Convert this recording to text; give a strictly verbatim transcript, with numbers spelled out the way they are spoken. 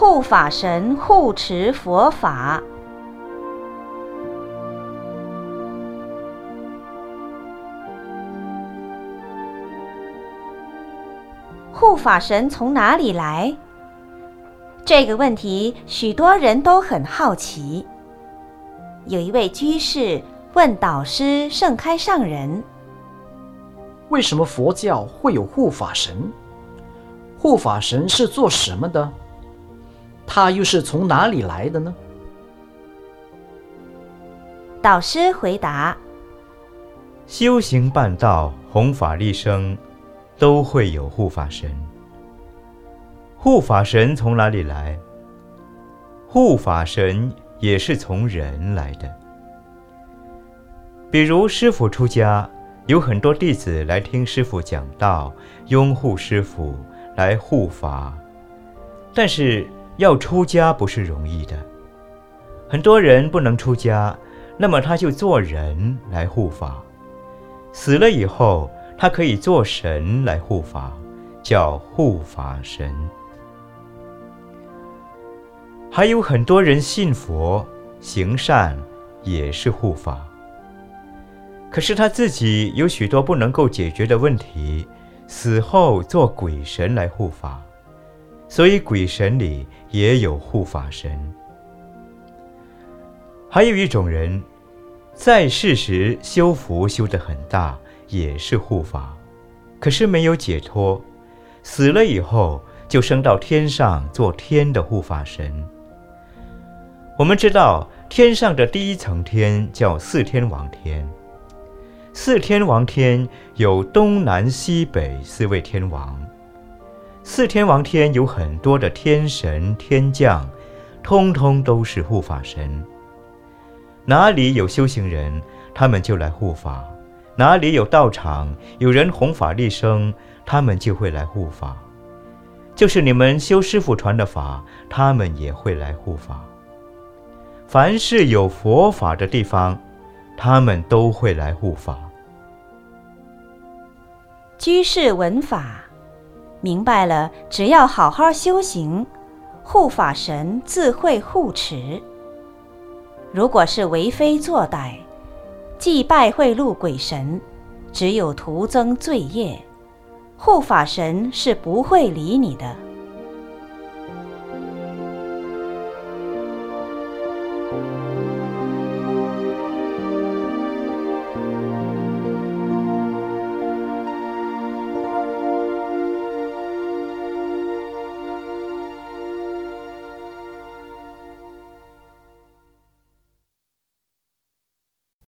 护法神护持佛法。护法神从哪里来？这个问题许多人都很好奇。有一位居士问导师盛开上人： 为什么佛教会有护法神？护法神是做什么的？他又是从哪里来的呢？ 导师回答： 修行办道、弘法利生，都会有护法神。护法神从哪里来？护法神也是从人来的。比如师父出家，有很多弟子来听师父讲道，拥护师父，来护法。但是要出家不是容易的，很多人不能出家，那么他就做人来护法。死了以后，他可以做神来护法，叫护法神。还有很多人信佛行善，也是护法。可是他自己有许多不能够解决的问题，死后做鬼神来护法，所以鬼神里也有护法神。还有一种人，在世时修福修得很大，也是护法，可是没有解脱，死了以后就升到天上做天的护法神。我们知道天上的第一层天叫四天王天，四天王天有东南西北四位天王，四天王天有很多的天神天将，通通都是护法神。哪里有修行人，他们就来护法；哪里有道场，有人弘法利生，他们就会来护法。就是你们修师父传的法，他们也会来护法。凡是有佛法的地方，他们都会来护法。 居士闻法，明白了，只要好好修行，护法神自会护持。如果是为非作歹，祭拜贿赂鬼神，只有徒增罪业，护法神是不会理你的。